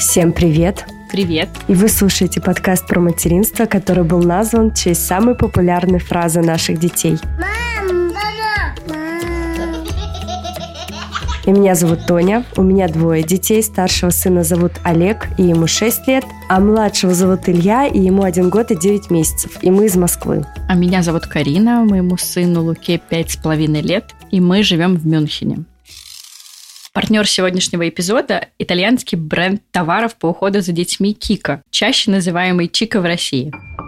Всем привет! Привет! И вы слушаете подкаст про материнство, который был назван в честь самой популярной фразы наших детей. Мам, мам. И меня зовут Тоня, у меня 2 детей, старшего сына зовут Олег, и ему 6 лет, а младшего зовут Илья, и ему 1 год и 9 месяцев, и мы из Москвы. А меня зовут Карина, моему сыну Луке 5,5 лет, и мы живем в Мюнхене. Партнер сегодняшнего эпизода – итальянский бренд товаров по уходу за детьми Кика, чаще называемый Чика в России.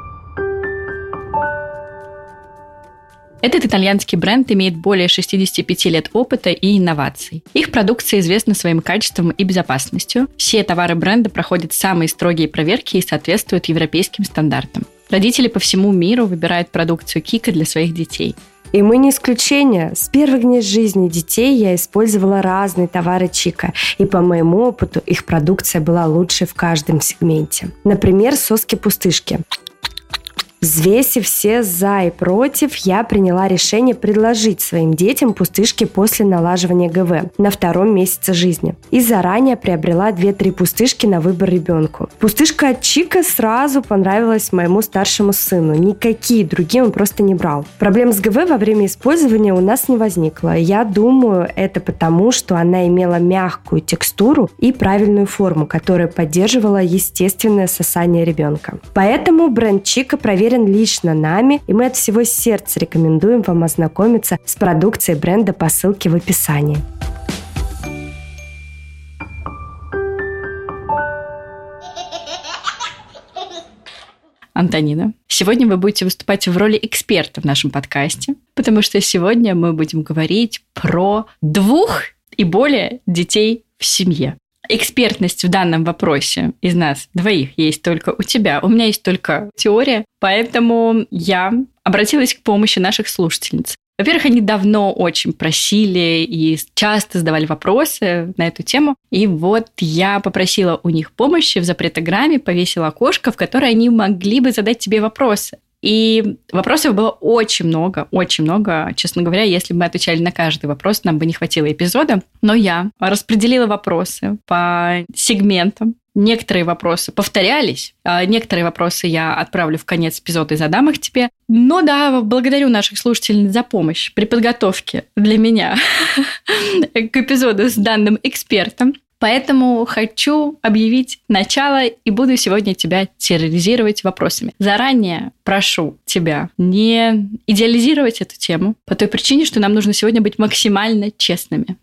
Этот итальянский бренд имеет более 65 лет опыта и инноваций. Их продукция известна своим качеством и безопасностью. Все товары бренда проходят самые строгие проверки и соответствуют европейским стандартам. Родители по всему миру выбирают продукцию Кика для своих детей. И мы не исключение. С первых дней жизни детей я использовала разные товары Чика, и по моему опыту их продукция была лучшей в каждом сегменте. Например, соски-пустышки. Взвесив все за и против, я приняла решение предложить своим детям пустышки после налаживания ГВ на 2-м месяце жизни. И заранее приобрела 2-3 пустышки на выбор ребенку. Пустышка от Чика сразу понравилась моему старшему сыну. Никакие другие он просто не брал. Проблем с ГВ во время использования у нас не возникло. Я думаю, это потому, что она имела мягкую текстуру и правильную форму, которая поддерживала естественное сосание ребенка. Поэтому бренд Чика проверен лично нами, и мы от всего сердца рекомендуем вам ознакомиться с продукцией бренда по ссылке в описании. Антонина, сегодня вы будете выступать в роли эксперта в нашем подкасте, потому что сегодня мы будем говорить про 2 и более детей в семье. Экспертность в данном вопросе из нас 2 есть только у тебя. У меня есть только теория, поэтому я обратилась к помощи наших слушательниц. Во-первых, они давно очень просили и часто задавали вопросы на эту тему. И вот я попросила у них помощи в запретограмме, повесила окошко, в которое они могли бы задать тебе вопросы. И вопросов было очень много. Честно говоря, если бы мы отвечали на каждый вопрос, нам бы не хватило эпизода. Но я распределила вопросы по сегментам. Некоторые вопросы повторялись, некоторые вопросы я отправлю в конец эпизода и задам их тебе. Но да, благодарю наших слушателей за помощь при подготовке для меня к эпизоду с данным экспертом. Поэтому хочу объявить начало и буду сегодня тебя терроризировать вопросами. Заранее прошу тебя не идеализировать эту тему по той причине, что нам нужно сегодня быть максимально честными.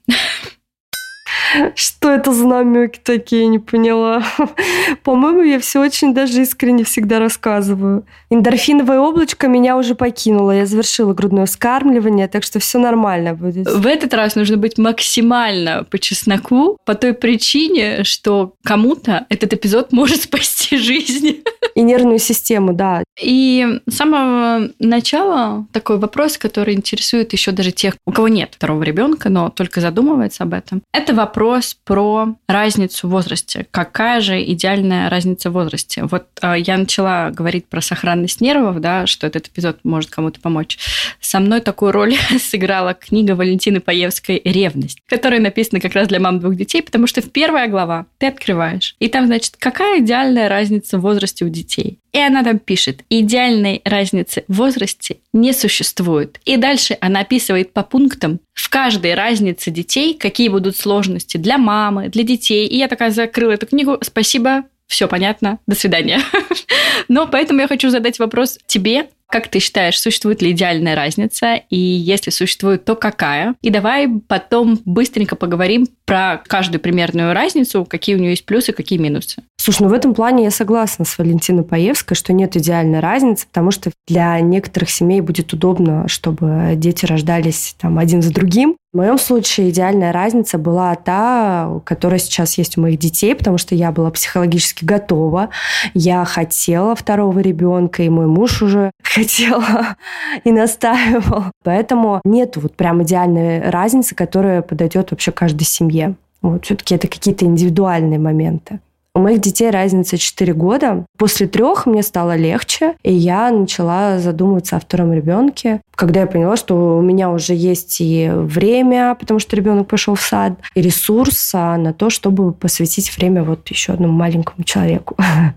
Что это за намеки такие, не поняла. По-моему, я все очень даже искренне всегда рассказываю. Эндорфиновое облачко меня уже покинуло. Я завершила грудное вскармливание, так что все нормально будет. В этот раз нужно быть максимально по чесноку, по той причине, что кому-то этот эпизод может спасти жизнь. И нервную систему, да. И с самого начала такой вопрос, который интересует еще даже тех, у кого нет 2-го ребенка, но только задумывается об этом. Это вопрос про разницу в возрасте. Какая же идеальная разница в возрасте? Вот я начала говорить про сохранность нервов, да, что этот эпизод может кому-то помочь. Со мной такую роль сыграла книга Валентины Паевской «Ревность», которая написана как раз для мам 2 детей, потому что в 1-я глава ты открываешь, и там, значит, какая идеальная разница в возрасте у детей. И она там пишет: идеальной разницы в возрасте не существует. И дальше она описывает по пунктам в каждой разнице детей, какие будут сложности для мамы, для детей. И я такая закрыла эту книгу. Спасибо, все понятно, до свидания. Но поэтому я хочу задать вопрос тебе. Как ты считаешь, существует ли идеальная разница? И если существует, то какая? И давай потом быстренько поговорим про каждую примерную разницу, какие у нее есть плюсы, какие минусы. Слушай, в этом плане я согласна с Валентиной Паевской, что нет идеальной разницы, потому что для некоторых семей будет удобно, чтобы дети рождались там один за другим. В моем случае идеальная разница была та, которая сейчас есть у моих детей, потому что я была психологически готова, я хотела 2-го ребенка, и мой муж уже хотела и настаивал. Поэтому нет вот прям идеальной разницы, которая подойдет вообще каждой семье. Вот все-таки это какие-то индивидуальные моменты. У моих детей разница 4 года. После 3 мне стало легче, и я начала задумываться о втором ребенке, когда я поняла, что у меня уже есть и время, потому что ребенок пошел в сад, и ресурс на то, чтобы посвятить время вот еще одному маленькому человеку.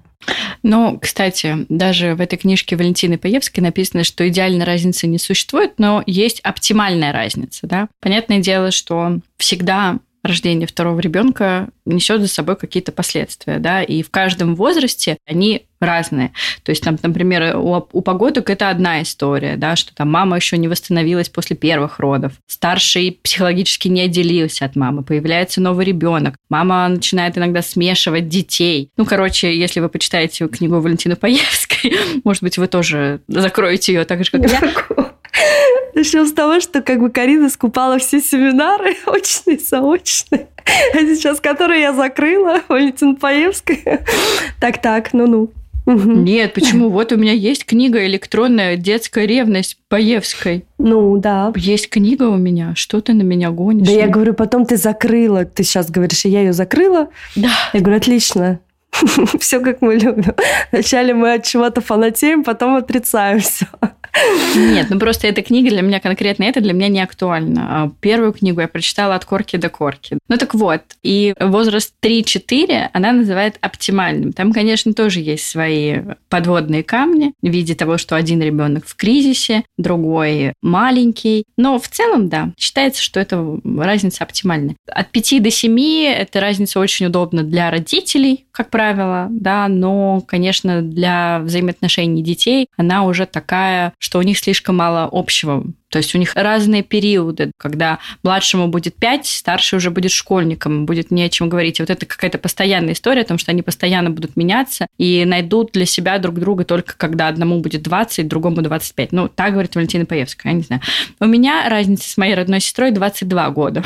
Ну, кстати, даже в этой книжке Валентины Паевской написано, что идеальной разницы не существует, но есть оптимальная разница, да. Понятное дело, что всегда рождение второго ребенка несет за собой какие-то последствия, да, и в каждом возрасте они разные. То есть, там, например, у погодок это одна история, да, что там мама еще не восстановилась после первых родов, старший психологически не отделился от мамы, появляется новый ребенок, мама начинает иногда смешивать детей. Ну, короче, если вы почитаете книгу Валентины Паевской, может быть, вы тоже закроете ее так же, как я. Начнем с того, что как бы Карина скупала все семинары, очные, заочные, а сейчас, которые я закрыла, Валентина Паевская. Так, ну-ну. Нет, почему? Вот у меня есть книга электронная «Детская ревность» Паевской. Ну, да. Есть книга у меня. Что ты на меня гонишь? Да я говорю, потом ты закрыла. Ты сейчас говоришь, я ее закрыла? Да. Я говорю, отлично. Все как мы любим. Вначале мы от чего-то фанатеем, потом отрицаем все. Нет, ну просто эта книга для меня конкретно, это для меня не актуально. Первую книгу я прочитала от корки до корки. Ну так вот, и возраст 3-4 она называет оптимальным. Там, конечно, тоже есть свои подводные камни в виде того, что один ребенок в кризисе, другой маленький. Но в целом, да, считается, что это разница оптимальная. От 5 до 7 эта разница очень удобна для родителей, как правило, да, но, конечно, для взаимоотношений детей она уже такая, что у них слишком мало общего. То есть у них разные периоды, когда младшему будет 5, старший уже будет школьником, будет не о чем говорить. И вот это какая-то постоянная история о том, что они постоянно будут меняться и найдут для себя друг друга только когда одному будет 20, другому 25. Ну, так говорит Валентина Паевская, я не знаю. У меня разница с моей родной сестрой 22 года.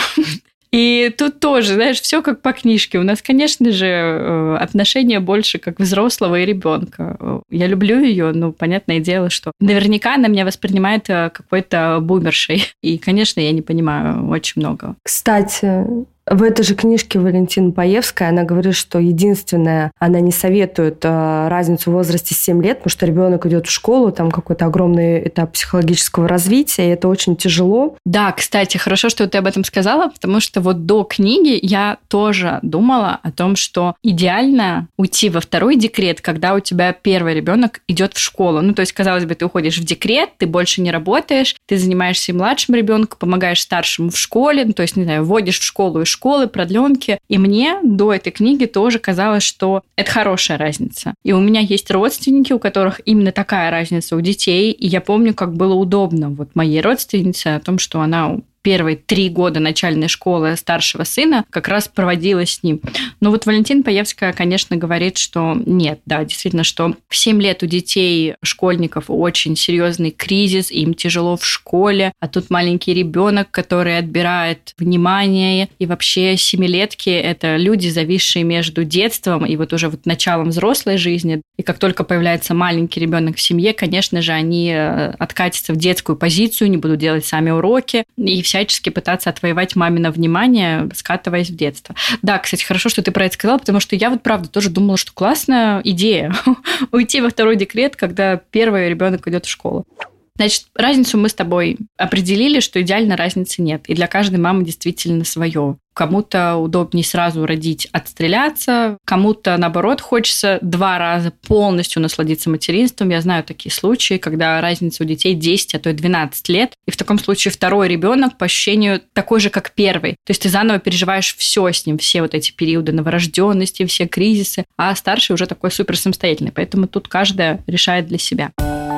И тут тоже, знаешь, все как по книжке. У нас, конечно же, отношения больше как взрослого и ребенка. Я люблю ее, но понятное дело, что наверняка она меня воспринимает какой-то бумершей. И, конечно, я не понимаю очень много. Кстати, в этой же книжке Валентина Паевская она говорит, что единственное, она не советует разницу в возрасте 7 лет, потому что ребенок идет в школу, там какой-то огромный этап психологического развития, и это очень тяжело. Да, кстати, хорошо, что ты об этом сказала, потому что вот до книги я тоже думала о том, что идеально уйти во второй декрет, когда у тебя первый ребенок идет в школу. Ну, то есть, казалось бы, ты уходишь в декрет, ты больше не работаешь, ты занимаешься и младшим ребенком, помогаешь старшему в школе, ну, то есть, не знаю, вводишь в школу и школы, продленки. И мне до этой книги тоже казалось, что это хорошая разница. И у меня есть родственники, у которых именно такая разница у детей. И я помню, как было удобно вот моей родственнице о том, что она первые 3 года начальной школы старшего сына как раз проводила с ним. Но вот Валентина Паевская, конечно, говорит, что нет, да, действительно, что в 7 лет у детей, школьников очень серьезный кризис, им тяжело в школе, а тут маленький ребенок, который отбирает внимание, и вообще 7-летки – это люди, зависшие между детством и вот уже вот началом взрослой жизни. И как только появляется маленький ребенок в семье, конечно же, они откатятся в детскую позицию, не будут делать сами уроки, и всячески пытаться отвоевать мамино внимание, скатываясь в детство. Да, кстати, хорошо, что ты про это сказала, потому что я вот правда тоже думала, что классная идея уйти во второй декрет, когда первый ребенок идет в школу. Значит, разницу мы с тобой определили, что идеально разницы нет. И для каждой мамы действительно свое. Кому-то удобнее сразу родить, отстреляться, кому-то, наоборот, хочется 2 раза полностью насладиться материнством. Я знаю такие случаи, когда разница у детей 10, а то и 12 лет. И в таком случае второй ребенок по ощущению такой же, как первый. То есть ты заново переживаешь все с ним, все вот эти периоды новорожденности, все кризисы, а старший уже такой супер самостоятельный. Поэтому тут каждая решает для себя.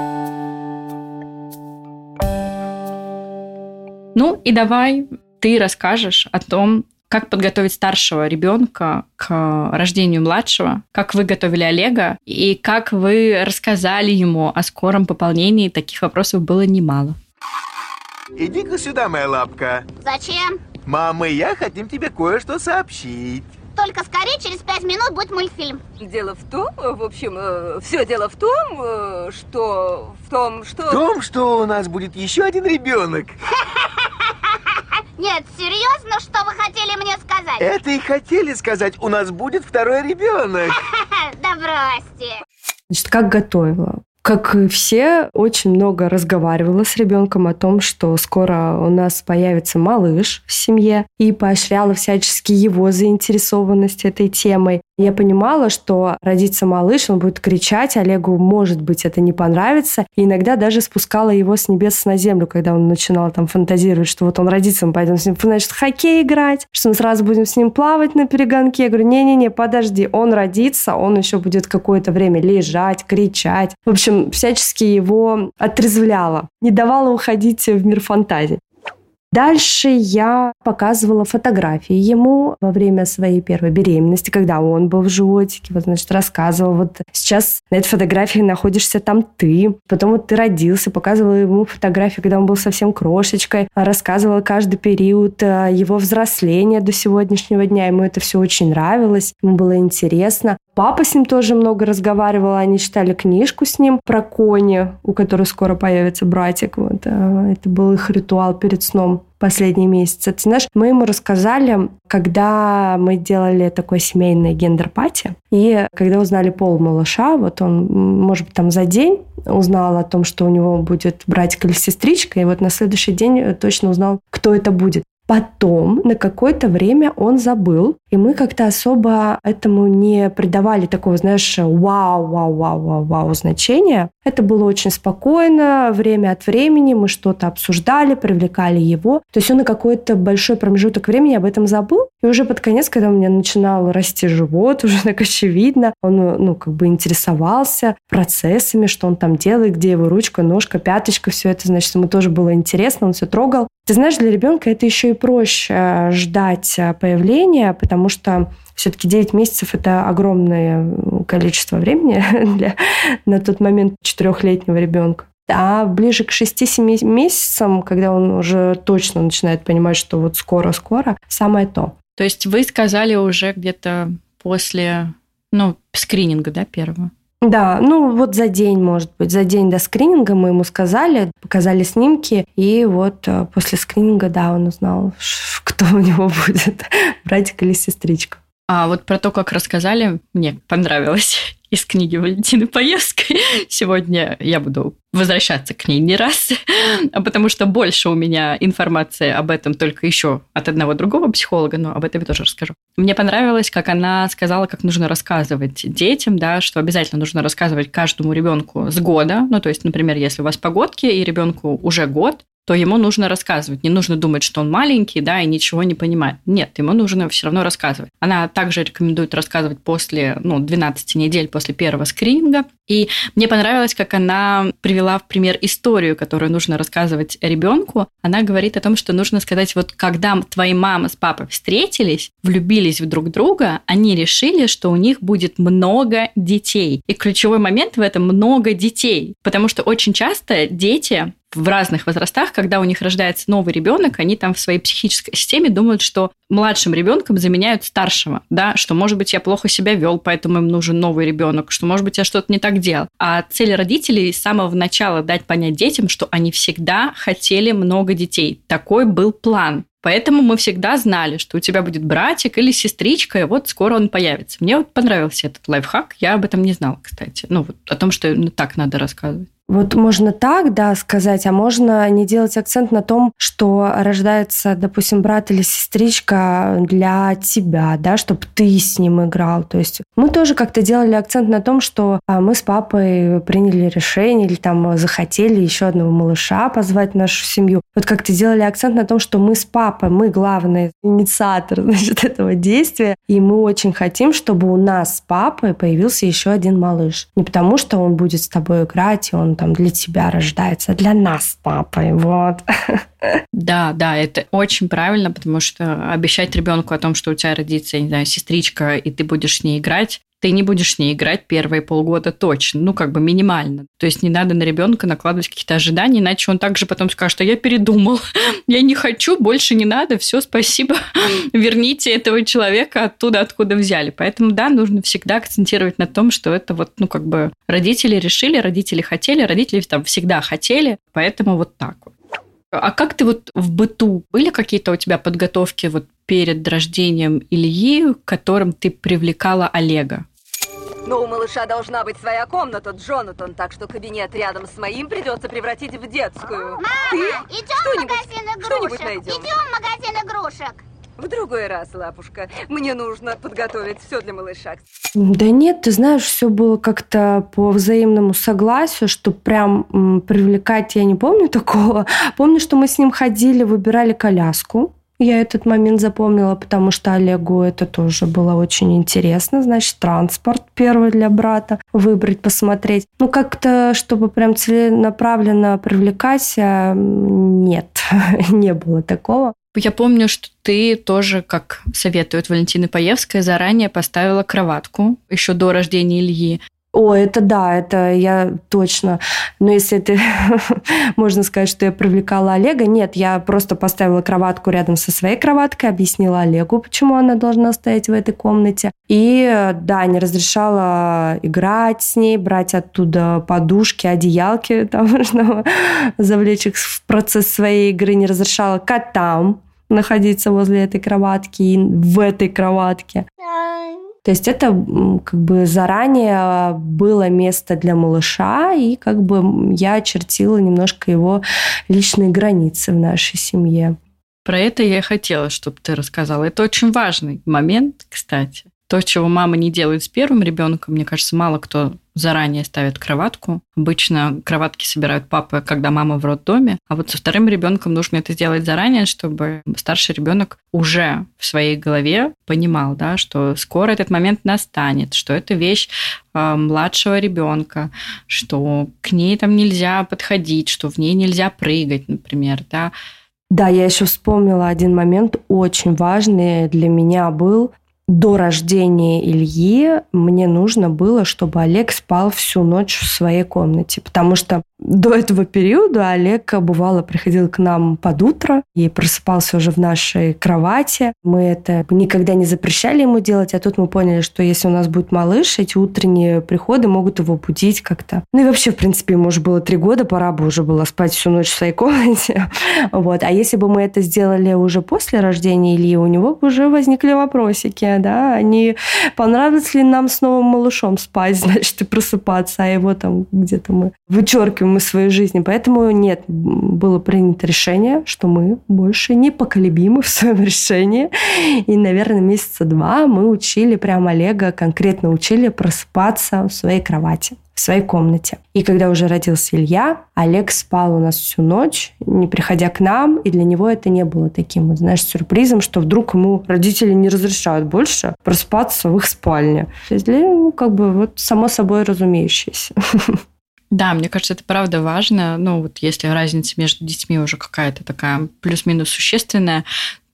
Ну и давай ты расскажешь о том, как подготовить старшего ребенка к рождению младшего, как вы готовили Олега и как вы рассказали ему о скором пополнении. Таких вопросов было немало. Иди-ка сюда, моя лапка. Зачем? Мама и я хотим тебе кое-что сообщить. Только скорее, через 5 минут будет мультфильм. Дело в том, в общем, все дело в том, что... В том, что у нас будет еще один ребенок. Нет, серьезно, что вы хотели мне сказать? Это и хотели сказать, у нас будет второй ребенок. Да бросьте. Значит, как готовила? Как и все, очень много разговаривала с ребенком о том, что скоро у нас появится малыш в семье, и поощряла всячески его заинтересованность этой темой. Я понимала, что родится малыш, он будет кричать, Олегу, может быть, это не понравится. И иногда даже спускала его с небес на землю, когда он начинал там фантазировать, что вот он родится, мы пойдем с ним, значит, в хоккей играть, что мы сразу будем с ним плавать на перегонке. Я говорю, не-не-не, подожди, он родится, он еще будет какое-то время лежать, кричать. В общем, всячески его отрезвляла, не давала уходить в мир фантазий. Дальше я показывала фотографии ему во время своей первой беременности, когда он был в животике. Вот, значит, рассказывала, вот сейчас на этой фотографии находишься там ты, потом вот ты родился, показывала ему фотографии, когда он был совсем крошечкой, рассказывала каждый период его взросления до сегодняшнего дня. Ему это все очень нравилось, ему было интересно. Папа с ним тоже много разговаривал, они читали книжку с ним про Кони, у которой скоро появится братик. Вот. Это был их ритуал перед сном последние месяцы. Ты знаешь, мы ему рассказали, когда мы делали такое семейное гендер-пати, и когда узнали пол малыша, вот он, может быть, там за день узнал о том, что у него будет братик или сестричка, и вот на следующий день точно узнал, кто это будет. Потом на какое-то время он забыл, и мы как-то особо этому не придавали такого, знаешь, вау значения. Это было очень спокойно, время от времени мы что-то обсуждали, привлекали его. То есть он на какой-то большой промежуток времени об этом забыл. И уже под конец, когда у меня начинал расти живот, уже так очевидно, он, как бы интересовался процессами, что он там делает, где его ручка, ножка, пяточка, все это, значит, ему тоже было интересно, он все трогал. Ты знаешь, для ребенка это еще и проще ждать появления, потому что все-таки 9 месяцев – это огромное количество времени для на тот момент 4-летнего ребенка. А ближе к 6-7 месяцам, когда он уже точно начинает понимать, что вот скоро-скоро, самое то. То есть вы сказали уже где-то после, скрининга, да, первого? Да, вот за день, может быть, за день до скрининга мы ему сказали, показали снимки, и вот после скрининга, да, он узнал, кто у него будет, братик или сестричка. А вот про то, как рассказали, мне понравилось из книги Валентины Паевской. Сегодня я буду возвращаться к ней не раз, потому что больше у меня информации об этом только еще от одного другого психолога, но об этом я тоже расскажу. Мне понравилось, как она сказала, как нужно рассказывать детям, да, что обязательно нужно рассказывать каждому ребенку с года. То есть, например, если у вас погодки и ребенку уже год, то ему нужно рассказывать. Не нужно думать, что он маленький, да, и ничего не понимает. Нет, ему нужно все равно рассказывать. Она также рекомендует рассказывать после 12 недель после первого скрининга. И мне понравилось, как она привела в пример историю, которую нужно рассказывать ребенку. Она говорит о том, что нужно сказать, вот когда твои мама с папой встретились, влюбились в друг друга, они решили, что у них будет много детей. И ключевой момент в этом – много детей. Потому что очень часто дети в разных возрастах, когда у них рождается новый ребенок, они там в своей психической системе думают, что младшим ребенком заменяют старшего, да, что, может быть, я плохо себя вел, поэтому им нужен новый ребенок, что, может быть, я что-то не так делал. А цель родителей с самого начала дать понять детям, что они всегда хотели много детей. Такой был план. Поэтому мы всегда знали, что у тебя будет братик или сестричка, и вот скоро он появится. Мне вот понравился этот лайфхак, я об этом не знала, кстати. О том, что так надо рассказывать. Вот можно так, да, сказать, а можно не делать акцент на том, что рождается, допустим, брат или сестричка для тебя, да, чтобы ты с ним играл. То есть мы тоже как-то делали акцент на том, что мы с папой приняли решение или там захотели еще одного малыша позвать в нашу семью. Вот как-то делали акцент на том, что мы с папой, мы главный инициатор, этого действия, и мы очень хотим, чтобы у нас с папой появился еще один малыш. Не потому, что он будет с тобой играть, и он там для тебя рождается, а для нас с папой, вот. Да, это очень правильно, потому что обещать ребенку о том, что у тебя родится, я не знаю, сестричка, и ты будешь с ней играть, ты не будешь с ней играть первые полгода точно, минимально. То есть не надо на ребенка накладывать какие-то ожидания, иначе он также потом скажет, что я передумал, я не хочу, больше не надо, все, спасибо, верните этого человека оттуда, откуда взяли. Поэтому, да, нужно всегда акцентировать на том, что это родители решили, родители хотели, родители там всегда хотели, поэтому вот так вот. А как ты вот в быту? Были какие-то у тебя подготовки вот перед рождением Ильи, к которым ты привлекала Олега? Но у малыша должна быть своя комната, Джонатан, так что кабинет рядом с моим придется превратить в детскую. Мама, идем в магазин что-нибудь игрушек. найдем. Идем в магазин игрушек. В другой раз, лапушка. Мне нужно подготовить все для малыша. Да нет, ты знаешь, все было как-то по взаимному согласию, что прям привлекать я не помню такого. Помню, что мы с ним ходили, выбирали коляску. Я этот момент запомнила, потому что Олегу это тоже было очень интересно. Значит, транспорт первый для брата выбрать, посмотреть. Ну, как-то, чтобы прям целенаправленно привлекать, нет, не было такого. Я помню, что ты тоже, как советует Валентина Паевская, заранее поставила кроватку еще до рождения Ильи. О, это да, это я точно. Но если это можно сказать, что я привлекала Олега, нет, я просто поставила кроватку рядом со своей кроваткой, объяснила Олегу, почему она должна стоять в этой комнате. И да, не разрешала играть с ней, брать оттуда подушки, одеялки, там можно завлечь их в процесс своей игры, не разрешала котам находиться возле этой кроватки и в этой кроватке. То есть это как бы заранее было место для малыша, и как бы я очертила немножко его личные границы в нашей семье. Про это я и хотела, чтобы ты рассказала. Это очень важный момент, кстати. То, чего мама не делает с первым ребенком, мне кажется, мало кто заранее ставит кроватку. Обычно кроватки собирают папы, когда мама в роддоме. А вот со вторым ребенком нужно это сделать заранее, чтобы старший ребенок уже в своей голове понимал, да, что скоро этот момент настанет, что это вещь младшего ребенка, что к ней там нельзя подходить, что в ней нельзя прыгать, например, да. Да, я еще вспомнила один момент, очень важный для меня был. До рождения Ильи мне нужно было, чтобы Олег спал всю ночь в своей комнате, потому что до этого периода Олег, бывало, приходил к нам под утро и просыпался уже в нашей кровати. Мы это никогда не запрещали ему делать, а тут мы поняли, что если у нас будет малыш, эти утренние приходы могут его будить как-то. Ну и вообще, в принципе, ему уже было 3 года, пора бы уже было спать всю ночь в своей комнате. Вот. А если бы мы это сделали уже после рождения Ильи, у него бы уже возникли вопросики, да, не понравится ли нам с новым малышом спать, значит, и просыпаться, а его там где-то мы вычеркиваем из своей жизни. Поэтому нет, было принято решение, что мы больше непоколебимы в своем решении. И, наверное, месяца 2 мы учили прям Олега, конкретно учили просыпаться в своей кровати, в своей комнате. И когда уже родился Илья, Олег спал у нас всю ночь, не приходя к нам, и для него это не было таким, вот, знаешь, сюрпризом, что вдруг ему родители не разрешают больше просыпаться в их спальне. То есть для, как бы, вот само собой разумеющееся. Да, мне кажется, это правда важно. Ну, вот если разница между детьми уже какая-то такая плюс-минус существенная,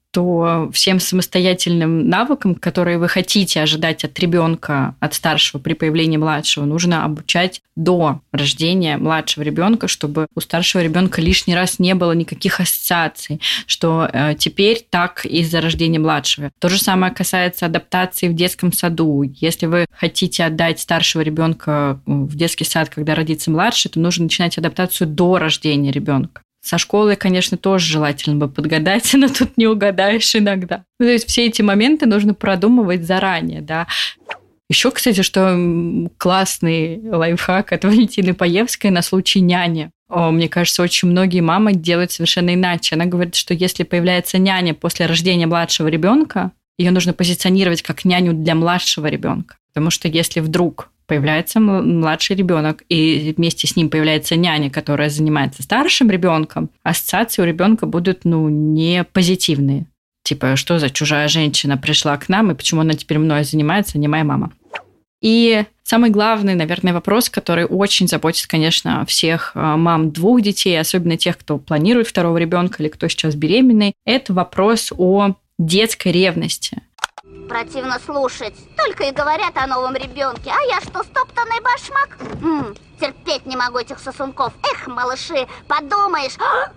то всем самостоятельным навыкам, которые вы хотите ожидать от ребенка, от старшего при появлении младшего, нужно обучать до рождения младшего ребенка, чтобы у старшего ребенка лишний раз не было никаких ассоциаций, что теперь так из-за рождения младшего. То же самое касается адаптации в детском саду. Если вы хотите отдать старшего ребенка в детский сад, когда родится младший, то нужно начинать адаптацию до рождения ребенка. Со школой, конечно, тоже желательно бы подгадать, но тут не угадаешь иногда. То есть все эти моменты нужно продумывать заранее, да. Еще, кстати, что классный лайфхак от Валентины Паевской на случай няни. Мне кажется, очень многие мамы делают совершенно иначе. Она говорит, что если появляется няня после рождения младшего ребенка, ее нужно позиционировать как няню для младшего ребенка. Потому что если вдруг появляется младший ребенок, и вместе с ним появляется няня, которая занимается старшим ребенком, ассоциации у ребенка будут, не позитивные. Типа, что за чужая женщина пришла к нам, и почему она теперь мной занимается, а не моя мама. И самый главный, наверное, вопрос, который очень заботит, конечно, всех мам 2 детей, особенно тех, кто планирует 2-го ребенка или кто сейчас беременный, это вопрос о детской ревности. Противно слушать. Только и говорят о новом ребенке. А я что, стоптанный башмак? Терпеть не могу этих сосунков. Эх, малыши, подумаешь.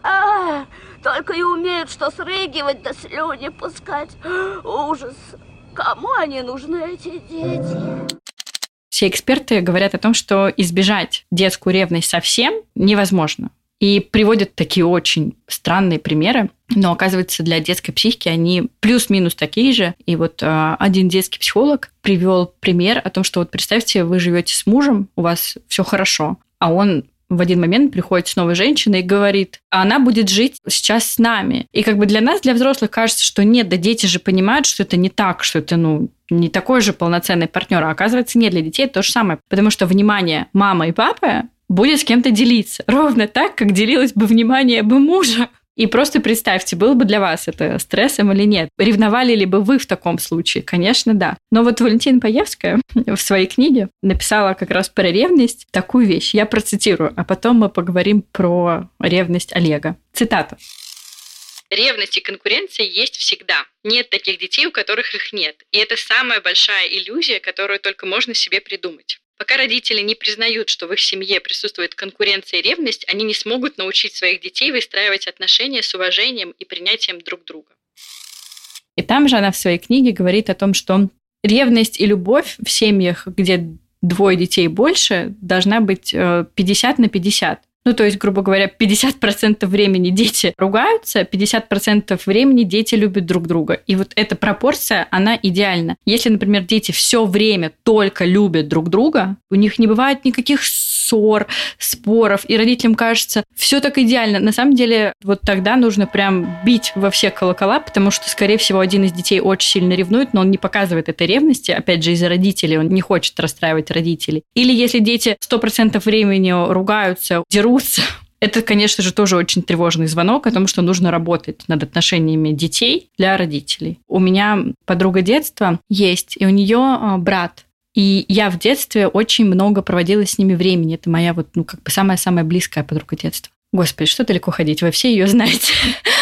Только и умеют, что срыгивать да слюни пускать. Ужас. Кому они нужны, эти дети? Все эксперты говорят о том, что избежать детскую ревность совсем невозможно. И приводят такие очень странные примеры, но, оказывается, для детской психики они плюс-минус такие же. И вот один детский психолог привел пример о том, что вот представьте, вы живете с мужем, у вас все хорошо, а он в один момент приходит с новой женщиной и говорит, а она будет жить сейчас с нами. И как бы для нас, для взрослых, кажется, что нет, да дети же понимают, что это не так, что это, не такой же полноценный партнер. А оказывается, нет, для детей это то же самое. Потому что внимание мамы и папы будет с кем-то делиться. Ровно так, как делилось бы внимание бы мужа. И просто представьте, было бы для вас это стрессом или нет? Ревновали ли бы вы в таком случае? Конечно, да. Но вот Валентина Паевская в своей книге написала как раз про ревность такую вещь. Я процитирую, а потом мы поговорим про ревность Олега. Цитата. Ревность и конкуренция есть всегда. Нет таких детей, у которых их нет. И это самая большая иллюзия, которую только можно себе придумать. Пока родители не признают, что в их семье присутствует конкуренция и ревность, они не смогут научить своих детей выстраивать отношения с уважением и принятием друг друга. И там же она в своей книге говорит о том, что ревность и любовь в семьях, где 2 детей больше, должна быть 50/50. То есть, грубо говоря, 50% времени дети ругаются, 50% времени дети любят друг друга. И вот эта пропорция, она идеальна. Если, например, дети все время только любят друг друга, у них не бывает никаких ссор, споров, и родителям кажется, все так идеально. На самом деле, вот тогда нужно прям бить во все колокола, потому что, скорее всего, один из детей очень сильно ревнует, но он не показывает этой ревности, опять же, из-за родителей, он не хочет расстраивать родителей. Или если дети 100% времени ругаются, дерутся, это, конечно же, тоже очень тревожный звонок о том, что нужно работать над отношениями детей для родителей. У меня подруга детства есть, и у нее брат. И я в детстве очень много проводила с ними времени. Это моя самая-самая близкая подруга детства. Господи, что далеко ходить, вы все ее знаете.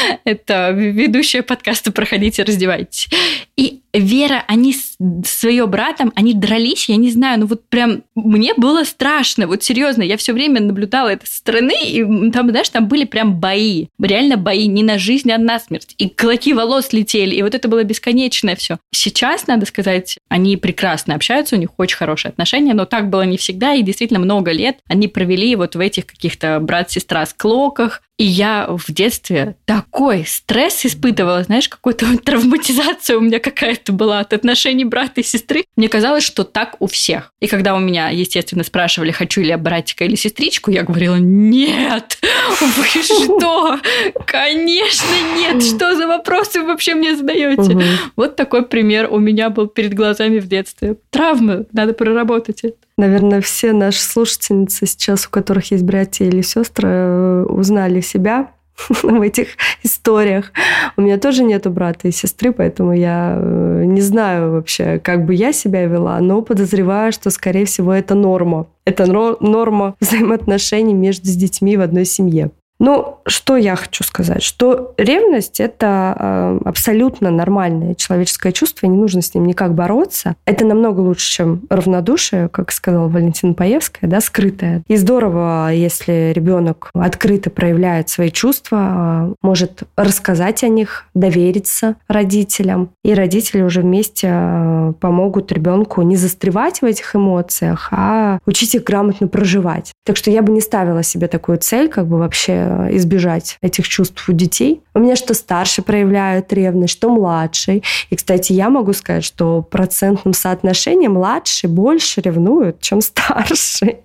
Это ведущая подкаста «Проходите, раздевайтесь». И Вера, они с ее братом, они дрались, я не знаю, прям мне было страшно, серьезно, я все время наблюдала это со стороны, и там, знаешь, там были прям бои, реально бои, не на жизнь, а на смерть, и клоки волос летели, и вот это было бесконечное все. Сейчас, надо сказать, они прекрасно общаются, у них очень хорошие отношения, но так было не всегда, и действительно много лет они провели в этих каких-то брат-сестра склоках, и я в детстве такой стресс испытывала, знаешь, какую-то травматизацию у меня какая-то была от отношений брата и сестры. Мне казалось, что так у всех. И когда у меня, естественно, спрашивали, хочу ли я братика или сестричку, я говорила, нет, вы что? Конечно, нет. Что за вопросы вы вообще мне задаете? Вот такой пример у меня был перед глазами в детстве. Травмы, надо проработать это. Наверное, все наши слушательницы сейчас, у которых есть братья или сестры, узнали себя в этих историях. У меня тоже нету брата и сестры, поэтому я не знаю вообще, как бы я себя вела, но подозреваю, что, скорее всего, это норма. Это норма взаимоотношений между детьми в одной семье. Что я хочу сказать? Что ревность – это абсолютно нормальное человеческое чувство, и не нужно с ним никак бороться. Это намного лучше, чем равнодушие, как сказала Валентина Паевская, скрытое. И здорово, если ребенок открыто проявляет свои чувства, может рассказать о них, довериться родителям. И родители уже вместе помогут ребенку не застревать в этих эмоциях, а учить их грамотно проживать. Так что я бы не ставила себе такую цель, вообще избежать этих чувств у детей. У меня что старший проявляют ревность, что младший. И, кстати, я могу сказать, что в процентном соотношении младший больше ревнует, чем старший.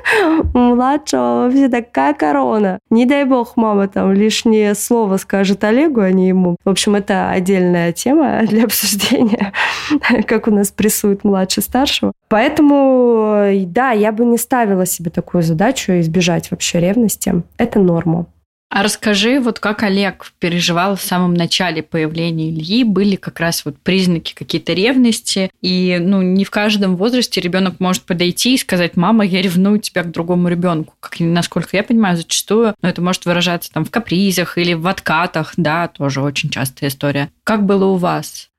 У младшего вообще такая корона. Не дай бог, мама там лишнее слово скажет Олегу, а не ему. В общем, это отдельная тема для обсуждения, как у нас прессует младший старшего. Поэтому, да, я бы не ставила себе такую задачу избежать вообще ревности. Это норма. А расскажи, как Олег переживал в самом начале появления Ильи, были как раз признаки какие-то ревности, и не в каждом возрасте ребенок может подойти и сказать: мама, я ревную тебя к другому ребенку. Насколько я понимаю, зачастую это может выражаться в капризах или в откатах, да, тоже очень частая история. Как было у вас?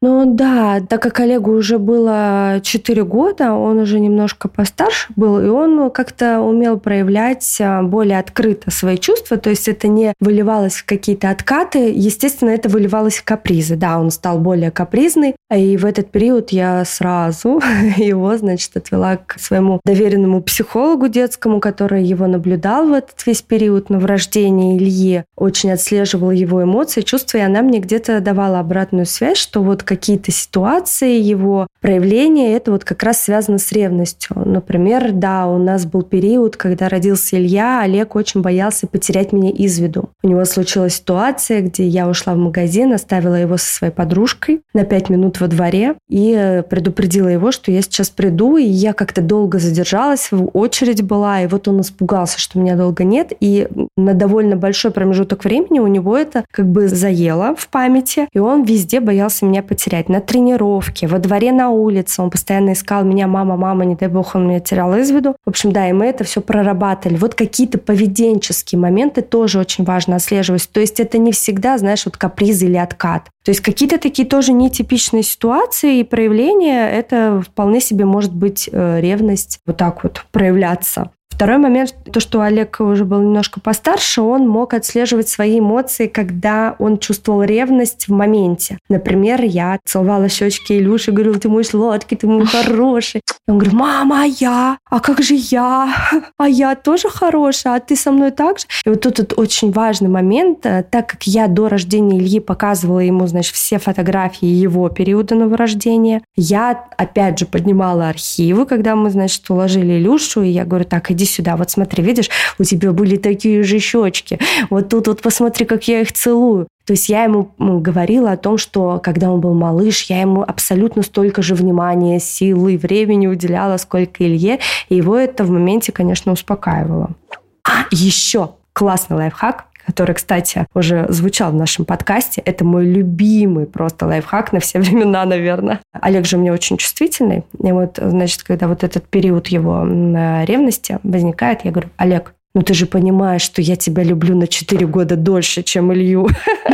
Ну да, так как Олегу уже было 4 года, он уже немножко постарше был, и он как-то умел проявлять более открыто свои чувства, то есть это не выливалось в какие-то откаты, естественно, это выливалось в капризы. Да, он стал более капризный, и в этот период я сразу его, значит, отвела к своему доверенному психологу детскому, который его наблюдал в этот весь период новорождения Ильи, очень отслеживал его эмоции, чувства, и она мне где-то давала обратную связь, что вот какие-то ситуации, его проявления, это вот как раз связано с ревностью. Например, да, у нас был период, когда родился Илья, Олег очень боялся потерять меня из виду. У него случилась ситуация, где я ушла в магазин, оставила его со своей подружкой на 5 минут во дворе и предупредила его, что я сейчас приду, и я как-то долго задержалась, очередь была, и вот он испугался, что меня долго нет, и на довольно большой промежуток времени у него это как бы заело в памяти, и он везде боялся меня потерять. На тренировке, во дворе, на улице. Он постоянно искал меня: мама, не дай бог, он меня терял из виду. В общем, да, и мы это все прорабатывали. Вот какие-то поведенческие моменты тоже очень важно отслеживать. То есть это не всегда, знаешь, вот каприз или откат. То есть какие-то такие тоже нетипичные ситуации и проявления, это вполне себе может быть ревность вот так вот проявляться. Второй момент, то, что Олег уже был немножко постарше, он мог отслеживать свои эмоции, когда он чувствовал ревность в моменте. Например, я целовала щечки Илюши, говорила: ты мой сладкий, ты мой хороший. Он говорит: мама, а я? А как же я? А я тоже хорошая, а ты со мной так же? И вот тут очень важный момент, так как я до рождения Ильи показывала ему, значит, все фотографии его периода новорождения, я, опять же, поднимала архивы, когда мы, значит, уложили Илюшу, и я говорю: так, иди сюда, вот смотри, видишь, у тебя были такие же щечки, вот тут вот посмотри, как я их целую. То есть я ему говорила о том, что когда он был малыш, я ему абсолютно столько же внимания, силы, времени уделяла, сколько Илье, и его это в моменте, конечно, успокаивало. А еще классный лайфхак, который, кстати, уже звучал в нашем подкасте. Это мой любимый просто лайфхак на все времена, наверное. Олег же у меня очень чувствительный. И вот, значит, когда вот этот период его ревности возникает, я говорю: Олег, ну ты же понимаешь, что я тебя люблю на 4 года дольше, чем Илью.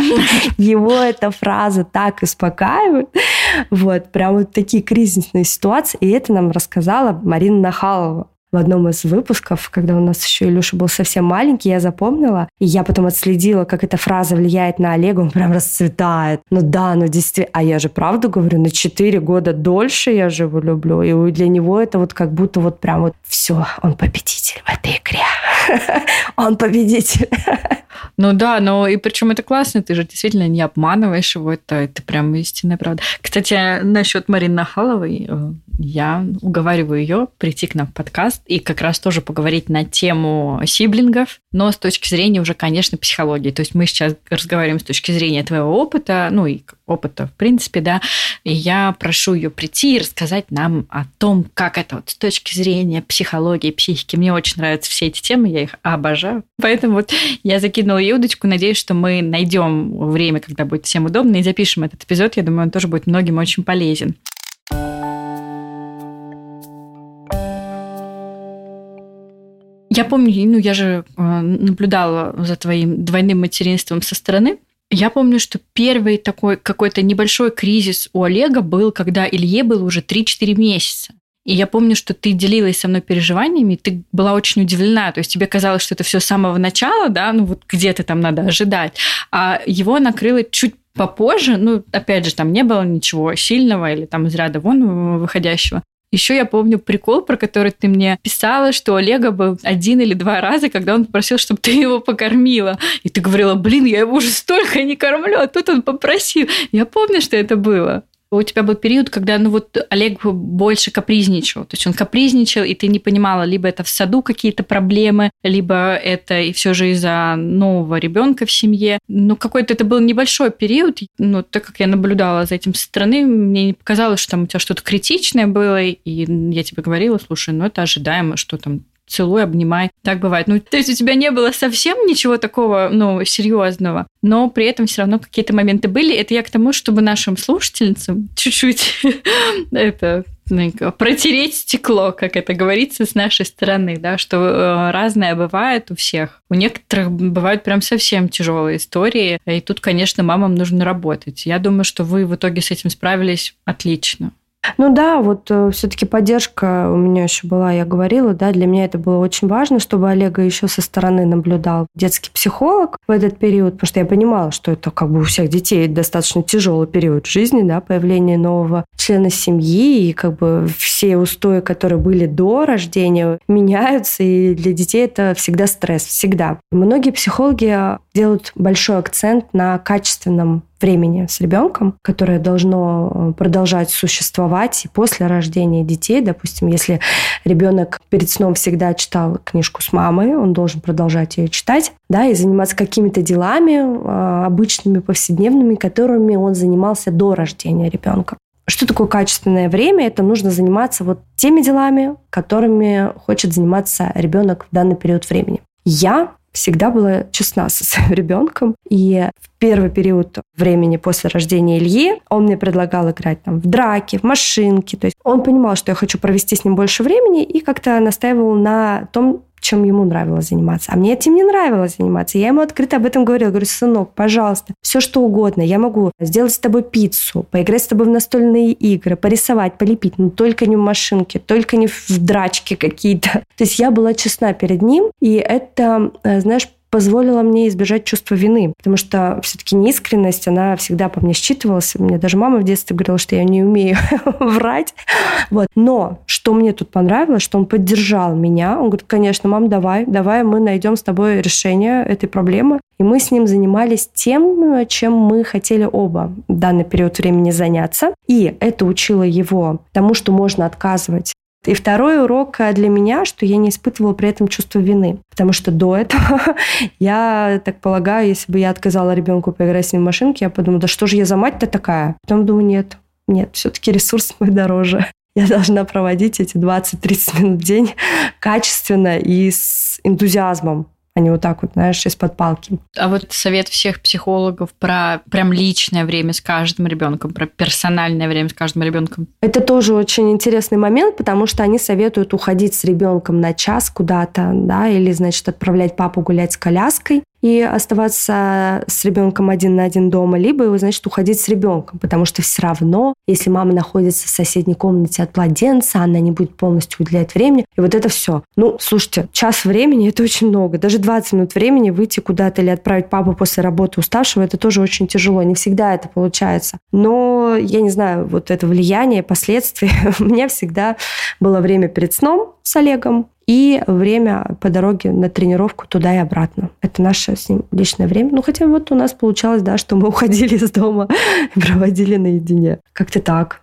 Его эта фраза так успокаивает. Вот, прям вот такие кризисные ситуации. И это нам рассказала Марина Нахалова. В одном из выпусков, когда у нас еще Илюша был совсем маленький, я запомнила, и я потом отследила, как эта фраза влияет на Олега, он прям расцветает. Ну да, ну действительно, а я же правду говорю, на 4 года дольше я же его люблю, и для него это вот как будто вот прям вот все, он победитель в этой игре. Он победитель. Ну да, но и причем это классно, ты же действительно не обманываешь его, это прям истинная правда. Кстати, насчет Марины Нахаловой, я уговариваю ее прийти к нам в подкаст и как раз тоже поговорить на тему сиблингов, но с точки зрения уже, конечно, психологии. То есть мы сейчас разговариваем с точки зрения твоего опыта, ну и опыта в принципе, да, и я прошу ее прийти и рассказать нам о том, как это вот с точки зрения психологии, психики. Мне очень нравятся все эти темы, я их обожаю. Поэтому вот я закинула ей удочку, надеюсь, что мы найдем время, когда будет всем удобно, и запишем этот эпизод. Я думаю, он тоже будет многим очень полезен. Я помню, ну, я же наблюдала за твоим двойным материнством со стороны. Я помню, что первый такой какой-то небольшой кризис у Олега был, когда Илье было уже 3-4 месяца. И я помню, что ты делилась со мной переживаниями, и ты была очень удивлена. То есть тебе казалось, что это все с самого начала, да, ну вот где-то там надо ожидать. А его накрыло чуть попозже, ну, опять же, там не было ничего сильного или там из ряда вон выходящего. Еще я помню прикол, про который ты мне писала, что у Олега был 1 или 2 раза, когда он попросил, чтобы ты его покормила. И ты говорила: блин, я его уже столько не кормлю, а тут он попросил. Я помню, что это было. У тебя был период, когда, ну вот, Олег больше капризничал. То есть он капризничал, и ты не понимала, либо это в саду какие-то проблемы, либо это и все же из-за нового ребенка в семье. Ну, какой-то это был небольшой период. Ну, так как я наблюдала за этим со стороны, мне не показалось, что там у тебя что-то критичное было, и я тебе говорила: слушай, ну это ожидаемо, что там целуй, обнимай. Так бывает. То есть у тебя не было совсем ничего такого, серьезного, но при этом все равно какие-то моменты были. Это я к тому, чтобы нашим слушательницам чуть-чуть протереть стекло, как это говорится, с нашей стороны, да, что разное бывает у всех. У некоторых бывают прям совсем тяжелые истории, и тут, конечно, мамам нужно работать. Я думаю, что вы в итоге с этим справились отлично. Все-таки поддержка у меня еще была, я говорила, да, для меня это было очень важно, чтобы Олега еще со стороны наблюдал детский психолог в этот период, потому что я понимала, что это у всех детей достаточно тяжелый период жизни, да, появление нового члена семьи, и все устои, которые были до рождения, меняются, и для детей это всегда стресс, всегда. Многие психологи делают большой акцент на качественном времени с ребенком, которое должно продолжать существовать и после рождения детей. Допустим, если ребенок перед сном всегда читал книжку с мамой, он должен продолжать ее читать, да, и заниматься какими-то делами обычными, повседневными, которыми он занимался до рождения ребенка. Что такое качественное время? Это нужно заниматься теми делами, которыми хочет заниматься ребенок в данный период времени. Я всегда была честна со своим ребенком. И в первый период времени после рождения Ильи он мне предлагал играть в драки, в машинки. То есть он понимал, что я хочу провести с ним больше времени, и как-то настаивал на том, чем ему нравилось заниматься. А мне этим не нравилось заниматься. Я ему открыто об этом говорила. Говорю: сынок, пожалуйста, все что угодно. Я могу сделать с тобой пиццу, поиграть с тобой в настольные игры, порисовать, полепить, но только не в машинке, только не в драчки какие-то. То есть я была честна перед ним, и это, позволило мне избежать чувства вины, потому что все-таки неискренность, она всегда по мне считывалась. Мне даже мама в детстве говорила, что я не умею врать. Но что мне тут понравилось, что он поддержал меня. Он говорит: конечно, мам, давай, мы найдем с тобой решение этой проблемы. И мы с ним занимались тем, чем мы хотели оба в данный период времени заняться. И это учило его тому, что можно отказывать. И второй урок для меня, что я не испытывала при этом чувство вины. Потому что до этого, я так полагаю, если бы я отказала ребенку поиграть с ним в машинки, я подумала: да что же я за мать-то такая? Потом думаю: нет, все-таки ресурс мой дороже. Я должна проводить эти 20-30 минут в день качественно и с энтузиазмом, а не из-под палки. А совет всех психологов про прям личное время с каждым ребенком, про персональное время с каждым ребенком. Это тоже очень интересный момент, потому что они советуют уходить с ребенком на час куда-то, да, или, отправлять папу гулять с коляской и оставаться с ребенком один на один дома, либо, уходить с ребенком, потому что все равно, если мама находится в соседней комнате от младенца, она не будет полностью уделять времени. И это все. Слушайте, час времени – это очень много. Даже 20 минут времени выйти куда-то или отправить папу после работы уставшего – это тоже очень тяжело. Не всегда это получается. Но, я не знаю, это влияние, последствия. У меня всегда было время перед сном с Олегом и время по дороге на тренировку туда и обратно. Это наше с ним личное время. Хотя у нас получалось, да, что мы уходили из дома и проводили наедине. Как-то так.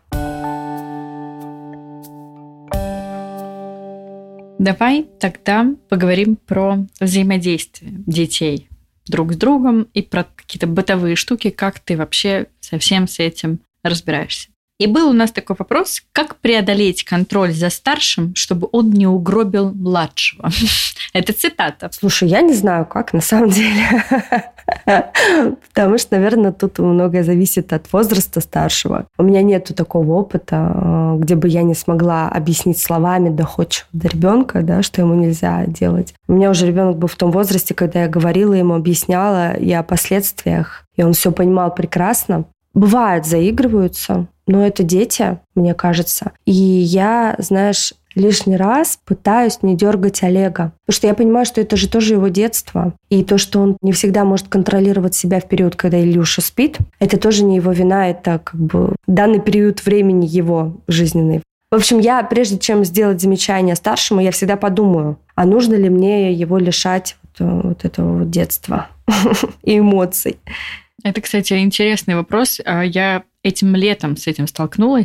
Давай тогда поговорим про взаимодействие детей друг с другом и про какие-то бытовые штуки, как ты вообще со всем с этим разбираешься. И был у нас такой вопрос: как преодолеть контроль за старшим, чтобы он не угробил младшего? Это цитата. Слушай, я не знаю, как на самом деле. Потому что, наверное, тут многое зависит от возраста старшего. У меня нету такого опыта, где бы я не смогла объяснить словами доходчиво до ребенка, да, что ему нельзя делать. У меня уже ребенок был в том возрасте, когда я говорила ему, объясняла и о последствиях, и он все понимал прекрасно. Бывает, заигрываются, но это дети, мне кажется. И я, лишний раз пытаюсь не дергать Олега. Потому что я понимаю, что это же тоже его детство. И то, что он не всегда может контролировать себя в период, когда Илюша спит, это тоже не его вина, это данный период времени его жизненный. В общем, я, прежде чем сделать замечание старшему, я всегда подумаю, а нужно ли мне его лишать этого детства и эмоций. Это, кстати, интересный вопрос. Я этим летом с этим столкнулась.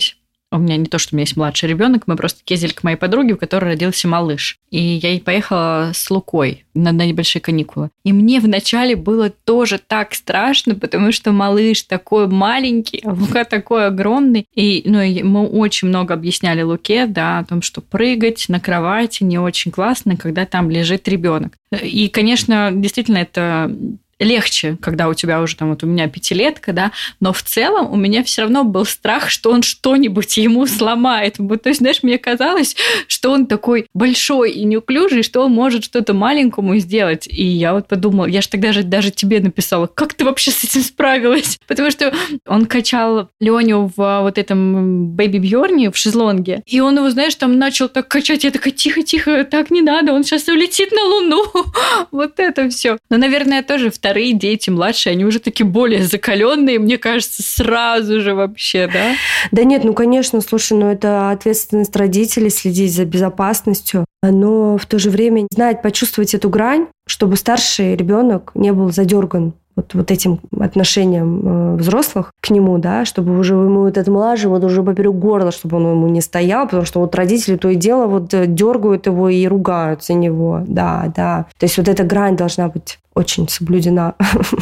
У меня не то, что у меня есть младший ребенок, мы просто ездили к моей подруге, у которой родился малыш. И я ей поехала с Лукой на небольшие каникулы. И мне вначале было тоже так страшно, потому что малыш такой маленький, а Лука такой огромный. И мы очень много объясняли Луке, да, о том, что прыгать на кровати не очень классно, когда там лежит ребенок. И, конечно, действительно, это легче, когда у тебя уже там, вот у меня 5-летка, да, но в целом у меня все равно был страх, что он что-нибудь ему сломает. То есть, знаешь, мне казалось, что он такой большой и неуклюжий, что он может что-то маленькому сделать. И я вот подумала, я же тогда даже тебе написала, как ты вообще с этим справилась? Потому что он качал Леню в вот этом Baby Björn в шезлонге, и он его, знаешь, там начал так качать, я такая, тихо, так не надо, он сейчас улетит на Луну. Вот это все. Но, наверное, тоже вторые дети младшие, они уже такие более закаленные, мне кажется, сразу же вообще, да? Да нет, конечно, слушай, это ответственность родителей следить за безопасностью, но в то же время знать, почувствовать эту грань, чтобы старший ребенок не был задерган вот этим отношением взрослых к нему, да, чтобы уже ему этот младший уже поперек горла, чтобы он ему не стоял, потому что родители то и дело дергают его и ругаются него, да. То есть эта грань должна быть очень соблюдена.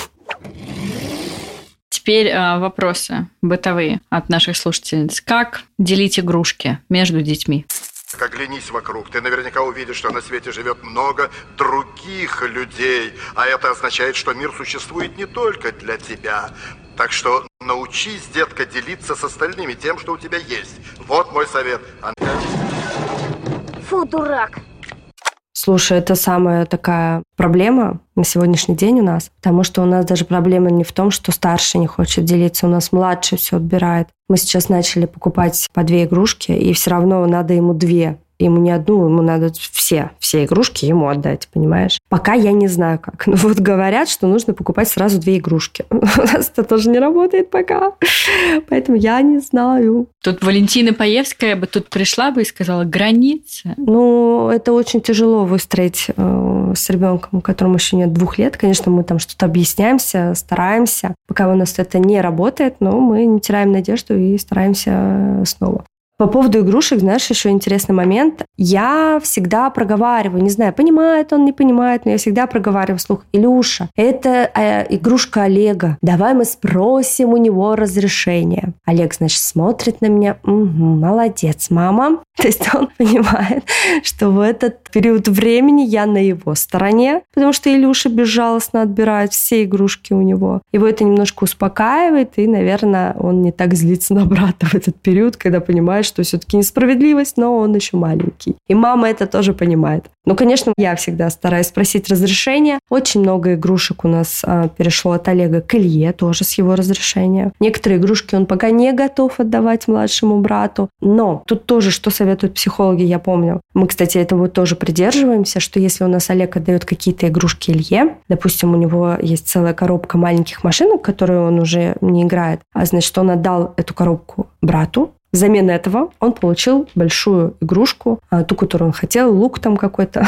Теперь вопросы бытовые от наших слушательниц. Как делить игрушки между детьми? Оглянись вокруг, ты наверняка увидишь, что на свете живет много других людей, а это означает, что мир существует не только для тебя. Так что научись, детка, делиться с остальными тем, что у тебя есть. Вот мой совет. Фу, дурак. Слушай, это самая такая проблема на сегодняшний день у нас, потому что у нас даже проблема не в том, что старший не хочет делиться, у нас младший все отбирает. Мы сейчас начали покупать по 2 игрушки, и все равно надо ему 2. Ему не одну, ему надо все игрушки ему отдать, понимаешь? Пока я не знаю как. Но говорят, что нужно покупать сразу 2 игрушки. У нас это тоже не работает пока. Поэтому я не знаю. Тут Валентина Паевская бы тут пришла бы и сказала границы. Это очень тяжело выстроить с ребенком, которому еще нет 2 лет. Конечно, мы там что-то объясняемся, стараемся. Пока у нас это не работает, но мы не теряем надежду и стараемся снова. По поводу игрушек, знаешь, еще интересный момент. Я всегда проговариваю, не знаю, понимает он, не понимает, но я всегда проговариваю вслух: Илюша, это игрушка Олега. Давай мы спросим у него разрешение. Олег, значит, смотрит на меня. Угу, молодец, мама. То есть он понимает, что в этот период времени я на его стороне, потому что Илюша безжалостно отбирает все игрушки у него. Его это немножко успокаивает, и, наверное, он не так злится на брата в этот период, когда понимает, что все-таки несправедливость, но он еще маленький. И мама это тоже понимает. Конечно, я всегда стараюсь спросить разрешения. Очень много игрушек у нас перешло от Олега к Илье, тоже с его разрешения. Некоторые игрушки он пока не готов отдавать младшему брату. Но тут тоже, что советуют психологи, я помню. Мы, кстати, этого тоже придерживаемся, что если у нас Олег отдает какие-то игрушки Илье, допустим, у него есть целая коробка маленьких машинок, которые он уже не играет, а значит, он отдал эту коробку брату. Взамен этого он получил большую игрушку, ту, которую он хотел, лук там какой-то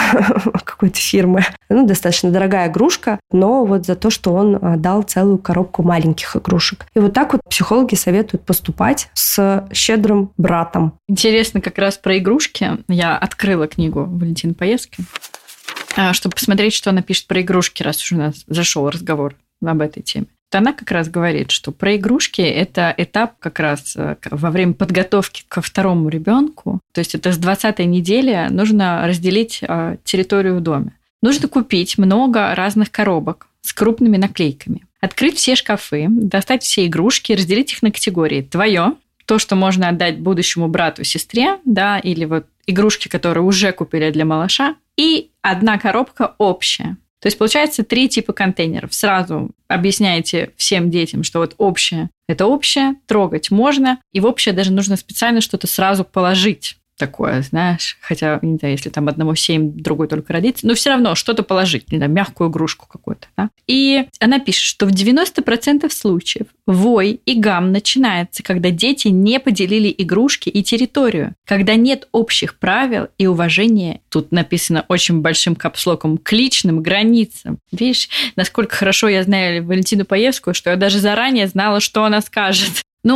фирмы. Достаточно дорогая игрушка, но за то, что он дал целую коробку маленьких игрушек. И так психологи советуют поступать с щедрым братом. Интересно как раз про игрушки. Я открыла книгу Валентины Паевской, чтобы посмотреть, что она пишет про игрушки, раз уж у нас зашел разговор об этой теме. Она как раз говорит, что про игрушки – это этап как раз во время подготовки ко 2-му ребенку. То есть это с 20-й недели нужно разделить территорию в доме. Нужно купить много разных коробок с крупными наклейками. Открыть все шкафы, достать все игрушки, разделить их на категории. Твое, то, что можно отдать будущему брату, сестре, да, или игрушки, которые уже купили для малыша, и 1 коробка общая. То есть, получается, 3 типа контейнеров. Сразу объясняете всем детям, что общее – это общее, трогать можно, и в общее даже нужно специально что-то сразу положить. Такое, знаешь, хотя, не знаю, если там одному 7, другой только родится, но все равно что-то положить, не знаю, мягкую игрушку какую-то, да. И она пишет, что в 90% случаев вой и гам начинается, когда дети не поделили игрушки и территорию, когда нет общих правил и уважения, тут написано очень большим капслоком, к личным границам. Видишь, насколько хорошо я знаю Валентину Паевскую, что я даже заранее знала, что она скажет.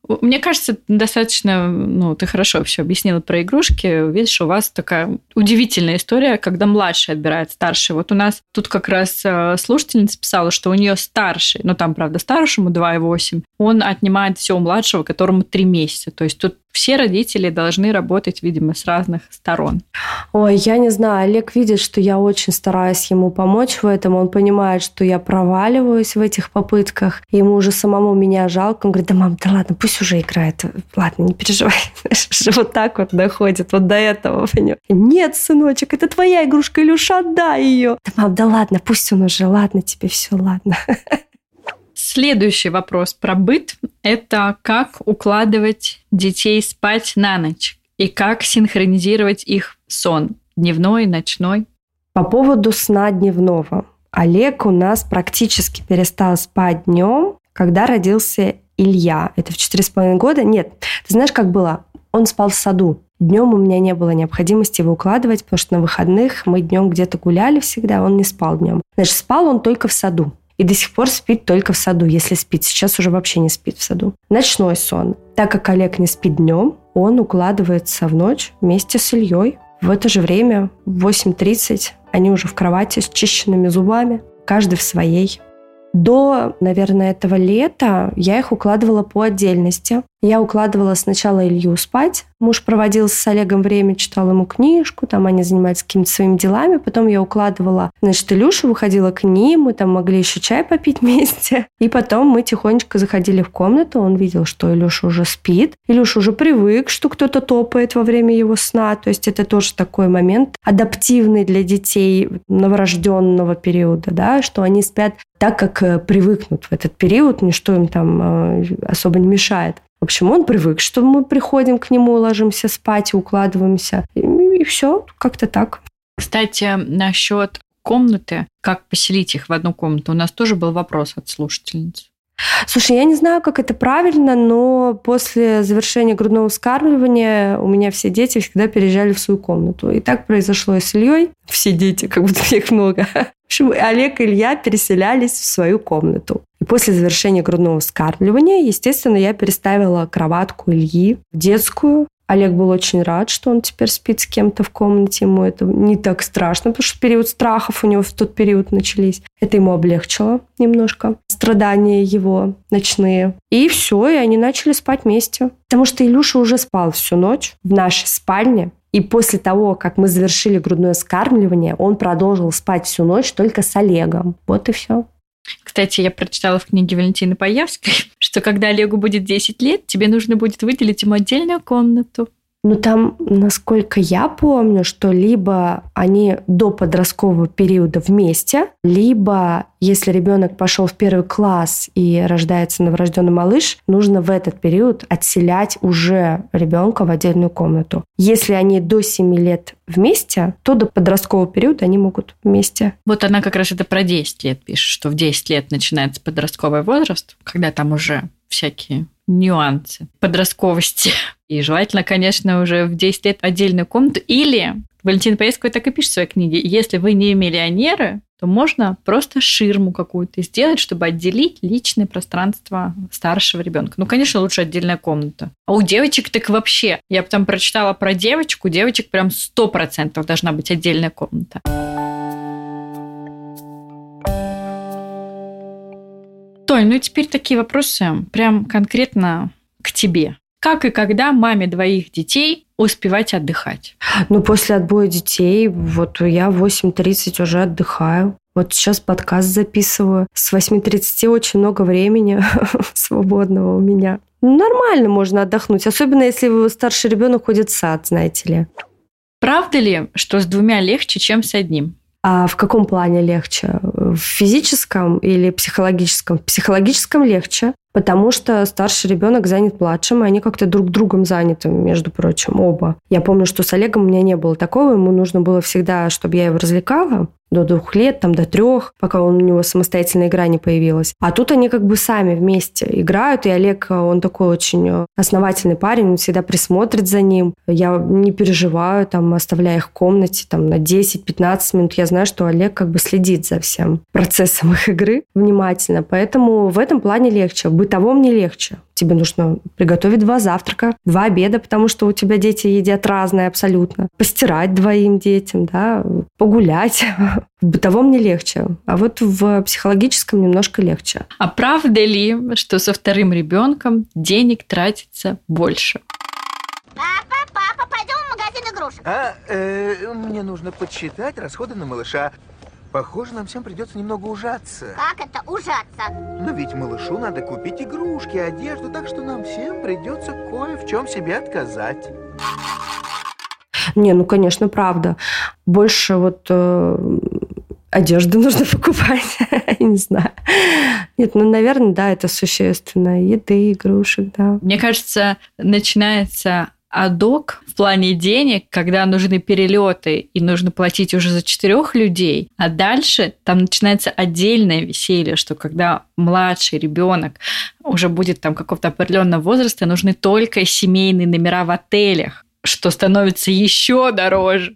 Мне кажется, достаточно, ты хорошо все объяснила про игрушки. Видишь, у вас такая удивительная история, когда младший отбирает старший. Вот у нас тут как раз слушательница писала, что у нее старший, там, правда, старшему 2,8, он отнимает все у младшего, которому 3 месяца. То есть тут все родители должны работать, видимо, с разных сторон. Ой, я не знаю, Олег видит, что я очень стараюсь ему помочь в этом, он понимает, что я проваливаюсь в этих попытках, ему уже самому меня жалко, он говорит: да, мам, да ладно, пусть уже играет, ладно, не переживай. Вот так вот доходит, вот до этого. Нет, сыночек, это твоя игрушка, Илюша, отдай ее. Да, мам, да ладно, пусть он уже, ладно тебе, все, ладно. Следующий вопрос про быт – это как укладывать детей спать на ночь и как синхронизировать их сон – дневной, ночной. По поводу сна дневного. Олег у нас практически перестал спать днем, когда родился Илья. Это в 4,5 года. Нет, ты знаешь, как было? Он спал в саду. Днем у меня не было необходимости его укладывать, потому что на выходных мы днем где-то гуляли всегда, он не спал днем. Значит, спал он только в саду. И до сих пор спит только в саду, если спит. Сейчас уже вообще не спит в саду. Ночной сон. Так как Олег не спит днем, он укладывается в ночь вместе с Ильей. В это же время, в 8:30, они уже в кровати с чищенными зубами, каждый в своей. До, наверное, этого лета я их укладывала по отдельности. Я укладывала сначала Илью спать. Муж проводил с Олегом время, читал ему книжку, там они занимались какими-то своими делами. Потом я укладывала, Илюшу, выходила к ним, мы там могли еще чай попить вместе. И потом мы тихонечко заходили в комнату, он видел, что Илюша уже спит. Илюша уже привык, что кто-то топает во время его сна. То есть это тоже такой момент адаптивный для детей новорожденного периода, да, что они спят так, как привыкнут в этот период, ничто им там особо не мешает. В общем, он привык, что мы приходим к нему, ложимся спать и укладываемся. И все, как-то так. Кстати, насчет комнаты, как поселить их в одну комнату, у нас тоже был вопрос от слушательницы. Слушай, я не знаю, как это правильно, но после завершения грудного вскармливания у меня все дети всегда переезжали в свою комнату. И так произошло и с Ильей. Все дети, как будто их много. В общем, Олег и Илья переселялись в свою комнату. И после завершения грудного вскармливания, естественно, я переставила кроватку Ильи в детскую. Олег был очень рад, что он теперь спит с кем-то в комнате. Ему это не так страшно, потому что период страхов у него в тот период начались. Это ему облегчило немножко страдания его ночные. И все, и они начали спать вместе. Потому что Илюша уже спал всю ночь в нашей спальне. И после того, как мы завершили грудное вскармливание, он продолжил спать всю ночь только с Олегом. Вот и все. Кстати, я прочитала в книге Валентины Паевской, что когда Олегу будет 10 лет, тебе нужно будет выделить ему отдельную комнату. Ну, там, насколько я помню, что либо они до подросткового периода вместе, либо, если ребенок пошел в 1 класс и рождается новорожденный малыш, нужно в этот период отселять уже ребенка в отдельную комнату. Если они до 7 лет вместе, то до подросткового периода они могут вместе. Вот она как раз это про 10 лет пишет, что в 10 лет начинается подростковый возраст, когда там уже всякие нюансы подростковости. И желательно, конечно, уже в 10 лет отдельную комнату. Или, Валентина Паевская так и пишет в своей книге, если вы не миллионеры, то можно просто ширму какую-то сделать, чтобы отделить личное пространство старшего ребенка. Ну, конечно, лучше отдельная комната. А у девочек так вообще. Я потом прочитала про девочку. У девочек прям 100% должна быть отдельная комната. Толь, ну и теперь такие вопросы прям конкретно к тебе. Как и когда маме 2 детей успевать отдыхать? Ну, после отбоя детей, вот я в 8:30 уже отдыхаю. Вот сейчас подкаст записываю. С 8:30 очень много времени свободного у меня. Нормально можно отдохнуть, особенно если старший ребенок ходит в сад, знаете ли. Правда ли, что с 2 легче, чем с 1? А в каком плане легче? В физическом или психологическом? В психологическом легче, потому что старший ребенок занят младшим, и они как-то друг другом заняты, между прочим, оба. Я помню, что с Олегом у меня не было такого, ему нужно было всегда, чтобы я его развлекала, до 2 лет, там, до 3, пока у него самостоятельная игра не появилась. А тут они как бы сами вместе играют, и Олег, он такой очень основательный парень, он всегда присмотрит за ним. Я не переживаю, там, оставляя их в комнате там, на 10-15 минут. Я знаю, что Олег как бы следит за всем процессом их игры внимательно, поэтому в этом плане легче. В бытовом не легче. В тебе нужно приготовить 2 завтрака, 2 обеда, потому что у тебя дети едят разное абсолютно. Постирать 2 детям, да, погулять. В бытовом не легче, а вот в психологическом немножко легче. А правда ли, что со вторым ребенком денег тратится больше? Папа, пойдем в магазин игрушек. Мне нужно подсчитать расходы на малыша. Похоже, нам всем придется немного ужаться. Как это ужаться? Но ведь малышу надо купить игрушки, одежду, так что нам всем придется кое в чем себе отказать. Не, ну, конечно, правда. Больше вот одежду нужно покупать. Я не знаю. Нет, ну, наверное, да, это существенно. Еды, игрушек, да. Мне кажется, начинается адок в плане денег, когда нужны перелеты и нужно платить уже за 4 людей, а дальше там начинается отдельное веселье, что когда младший ребенок уже будет там какого-то определенного возраста, нужны только семейные номера в отелях, что становится еще дороже.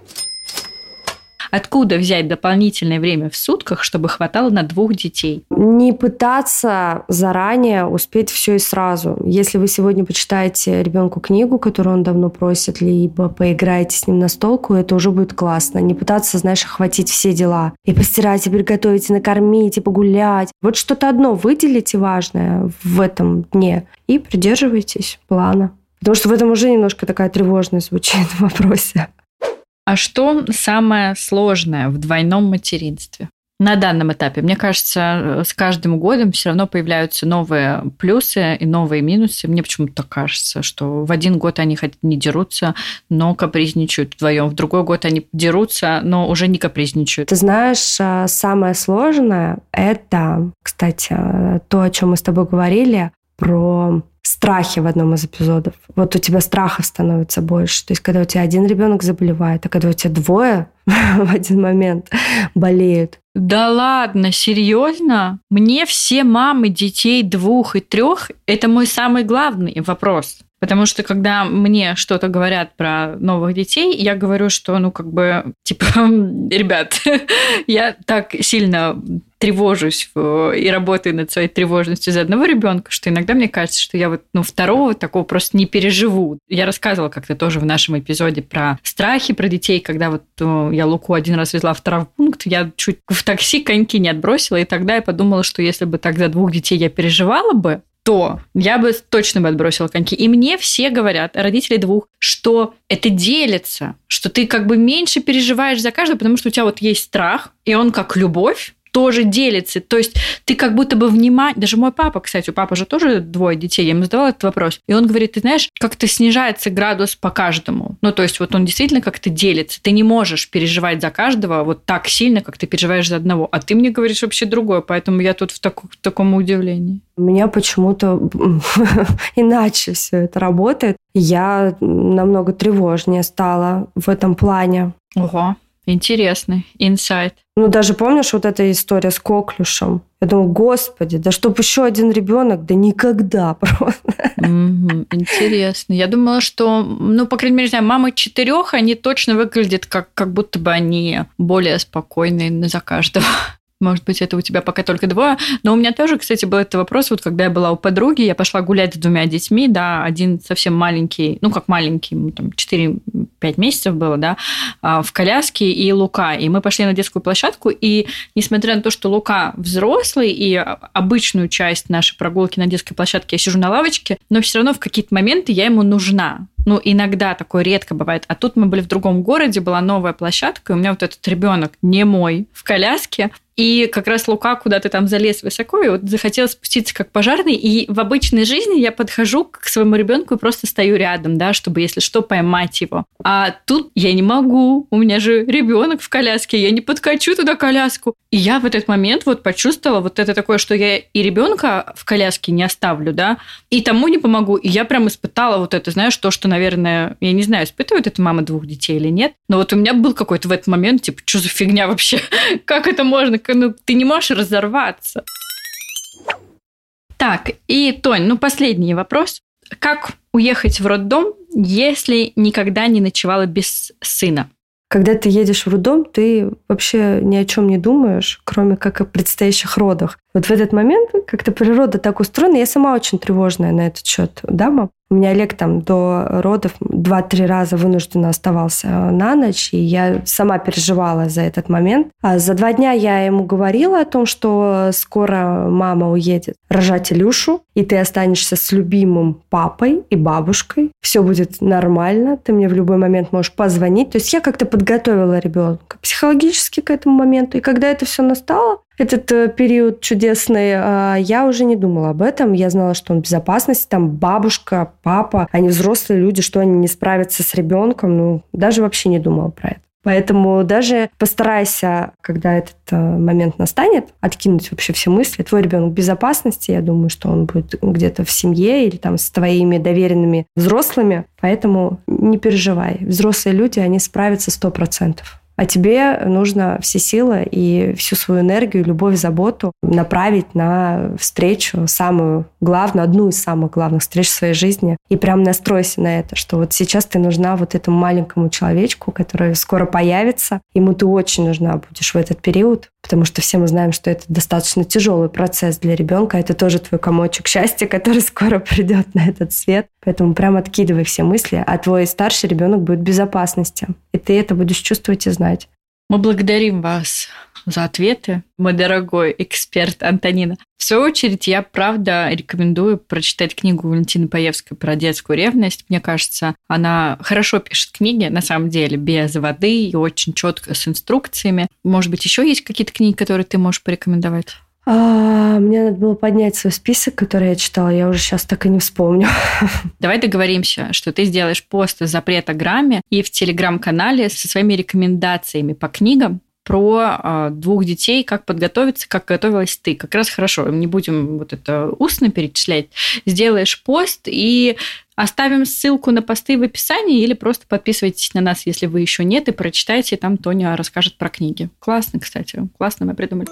Откуда взять дополнительное время в сутках, чтобы хватало на 2 детей? Не пытаться заранее успеть все и сразу. Если вы сегодня почитаете ребенку книгу, которую он давно просит, либо поиграете с ним на столку, это уже будет классно. Не пытаться, знаешь, охватить все дела. И постирать, и приготовить, и накормить, и погулять. Вот что-то одно выделите важное в этом дне и придерживайтесь плана. Потому что в этом уже немножко такая тревожность звучит в вопросе. А что самое сложное в двойном материнстве? На данном этапе, мне кажется, с каждым годом все равно появляются новые плюсы и новые минусы. Мне почему-то так кажется, что в один год они хоть не дерутся, но капризничают вдвоем. В другой год они дерутся, но уже не капризничают. Ты знаешь, самое сложное – это, кстати, то, о чем мы с тобой говорили, про страхи в одном из эпизодов. Вот у тебя страхов становится больше. То есть, когда у тебя один ребенок заболевает, а когда у тебя 2 в один момент болеют. Да ладно, серьезно? Мне все мамы детей 2 и 3 – это мой самый главный вопрос. Потому что, когда мне что-то говорят про новых детей, я говорю, что, ребят, я так сильно тревожусь и работаю над своей тревожностью за одного ребенка, что иногда мне кажется, что я второго такого просто не переживу. Я рассказывала как-то тоже в нашем эпизоде про страхи, про детей, когда я Луку один раз везла в травмпункт, я чуть в такси коньки не отбросила, и тогда я подумала, что если бы так за 2 детей я переживала бы, то я бы точно отбросила коньки. И мне все говорят, родители 2, что это делится, что ты меньше переживаешь за каждого, потому что у тебя есть страх, и он как любовь тоже делится. То есть ты как будто бы даже мой папа, кстати, у папы же тоже 2 детей, я ему задавала этот вопрос, и он говорит, ты знаешь, как-то снижается градус по каждому. То есть он действительно как-то делится. Ты не можешь переживать за каждого так сильно, как ты переживаешь за одного. А ты мне говоришь вообще другое, поэтому я тут в таком удивлении. У меня почему-то иначе все это работает. Я намного тревожнее стала в этом плане. Ого, интересный инсайт. Даже помнишь эта история с коклюшем? Я думаю, господи, да чтоб еще один ребенок, да никогда просто. Интересно. Я думала, что, по крайней мере, не знаю, мамы 4, они точно выглядят как будто бы они более спокойные за каждого. Может быть, это у тебя пока только 2. Но у меня тоже, кстати, был этот вопрос. Когда я была у подруги, я пошла гулять с 2 детьми, да, один совсем маленький, как маленький, ему 4-5 месяцев было, да, в коляске, и Лука. И мы пошли на детскую площадку, и несмотря на то, что Лука взрослый, и обычную часть нашей прогулки на детской площадке я сижу на лавочке, но все равно в какие-то моменты я ему нужна. Иногда такое редко бывает. А тут мы были в другом городе, была новая площадка, и у меня этот ребенок не мой в коляске, и как раз Лука куда-то там залез высоко, и захотел спуститься как пожарный. И в обычной жизни я подхожу к своему ребенку и просто стою рядом, да, чтобы, если что, поймать его. А тут я не могу. У меня же ребенок в коляске, я не подкачу туда коляску. И я в этот момент почувствовала это такое, что я и ребенка в коляске не оставлю, да, и тому не помогу. И я прям испытала это, знаешь, то, что, наверное, я не знаю, испытывает это мама 2 детей или нет, но у меня был какой-то в этот момент, что за фигня вообще? Как это можно? Ты не можешь разорваться. Так, и, Тонь, последний вопрос. Как уехать в роддом, если никогда не ночевала без сына? Когда ты едешь в роддом, ты вообще ни о чем не думаешь, кроме как о предстоящих родах. Вот в этот момент как-то природа так устроена. Я сама очень тревожная на этот счет дама. У меня Олег там до родов 2-3 раза вынужденно оставался на ночь, и я сама переживала за этот момент. А за 2 дня я ему говорила о том, что скоро мама уедет рожать Илюшу, и ты останешься с любимым папой и бабушкой. Все будет нормально, ты мне в любой момент можешь позвонить. То есть я как-то подготовила ребенка психологически к этому моменту. И когда это все настало, этот период чудесный, я уже не думала об этом. Я знала, что он в безопасности. Там бабушка, папа, они взрослые люди, что они не справятся с ребенком. Ну, даже вообще не думала про это. Поэтому даже постарайся, когда этот момент настанет, откинуть вообще все мысли. Твой ребенок в безопасности, я думаю, что он будет где-то в семье или там с твоими доверенными взрослыми. Поэтому не переживай. Взрослые люди, они справятся 100%. А тебе нужно все силы и всю свою энергию, любовь, заботу направить на встречу, самую главную, одну из самых главных встреч в своей жизни. И прям настройся на это, что вот сейчас ты нужна вот этому маленькому человечку, который скоро появится. Ему ты очень нужна будешь в этот период, потому что все мы знаем, что это достаточно тяжелый процесс для ребенка. Это тоже твой комочек счастья, который скоро придет на этот свет. Поэтому прям откидывай все мысли, а твой старший ребенок будет в безопасности. И ты это будешь чувствовать и знать. Мы благодарим вас за ответы, мой дорогой эксперт Антонина. В свою очередь, я, правда, рекомендую прочитать книгу Валентины Паевской про детскую ревность. Мне кажется, она хорошо пишет книги, на самом деле, без воды и очень четко с инструкциями. Может быть, еще есть какие-то книги, которые ты можешь порекомендовать? Мне надо было поднять свой список, который я читала. Я уже сейчас так и не вспомню. Давай договоримся, что ты сделаешь пост о запретограмме и в телеграм-канале со своими рекомендациями по книгам про 2 детей, как подготовиться, как готовилась ты. Как раз хорошо, не будем вот это устно перечислять. Сделаешь пост и оставим ссылку на посты в описании или просто подписывайтесь на нас, если вы еще нет, и прочитайте, там Тоня расскажет про книги. Классно, кстати, классно мы придумали.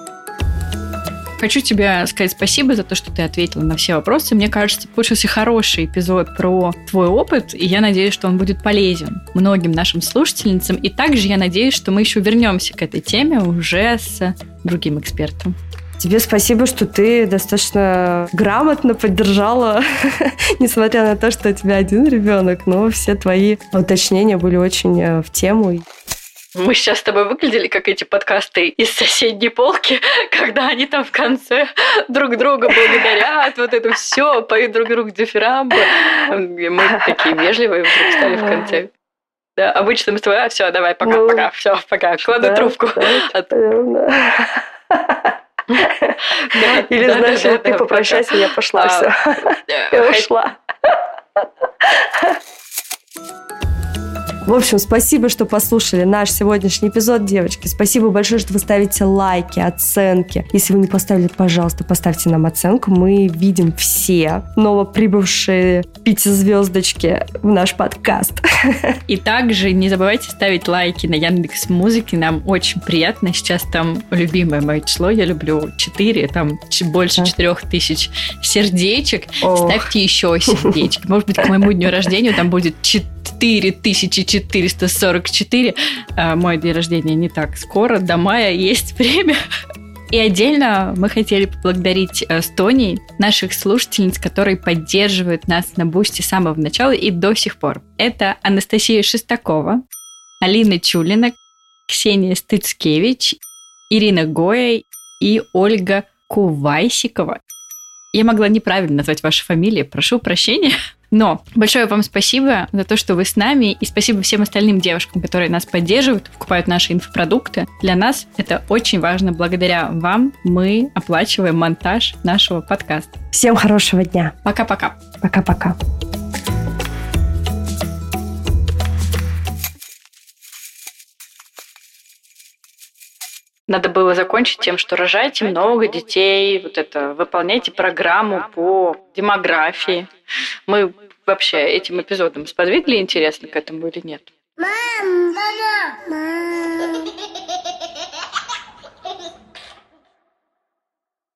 Хочу тебе сказать спасибо за то, что ты ответила на все вопросы. Мне кажется, получился хороший эпизод про твой опыт, и я надеюсь, что он будет полезен многим нашим слушательницам. И также я надеюсь, что мы еще вернемся к этой теме уже с другим экспертом. Тебе спасибо, что ты достаточно грамотно поддержала, несмотря на то, что у тебя один ребенок, но все твои уточнения были очень в тему. Мы сейчас с тобой выглядели как эти подкасты из соседней полки, когда они там в конце друг друга благодарят, вот это все, поют друг другу дифирамбы. Мы такие вежливые вдруг стали в конце. Да, обычно мы с тобой, все, давай, пока, все, пока, кладу трубку. Или, знаешь, вот ты попрощайся, я пошла, все. Я ушла. В общем, спасибо, что послушали наш сегодняшний эпизод, девочки. Спасибо большое, что вы ставите лайки, оценки. Если вы не поставили, пожалуйста, поставьте нам оценку. Мы видим все новоприбывшие 5-звездочки в наш подкаст. И также не забывайте ставить лайки на Яндекс.Музыке. Нам очень приятно. Сейчас там любимое мое число. Я люблю 4, там больше 4000 сердечек. Ставьте еще сердечки. Может быть, к моему дню рождения там будет 4444. Мой день рождения не так скоро, до мая есть время. И отдельно мы хотели поблагодарить с Тоней наших слушательниц, которые поддерживают нас на Бусти с самого начала и до сих пор. Это Анастасия Шестакова, Алина Чулина, Ксения Стыцкевич, Ирина Гоя и Ольга Кувайсикова. Я могла неправильно назвать ваши фамилии, прошу прощения. Но большое вам спасибо за то, что вы с нами, и спасибо всем остальным девушкам, которые нас поддерживают, покупают наши инфопродукты. Для нас это очень важно. Благодаря вам мы оплачиваем монтаж нашего подкаста. Всем хорошего дня. Пока-пока. Пока-пока. Надо было закончить тем, что рожайте много детей, вот это, выполняйте программу по демографии. Мы вообще этим эпизодом сподвигли, интересно, к этому или нет? Мам,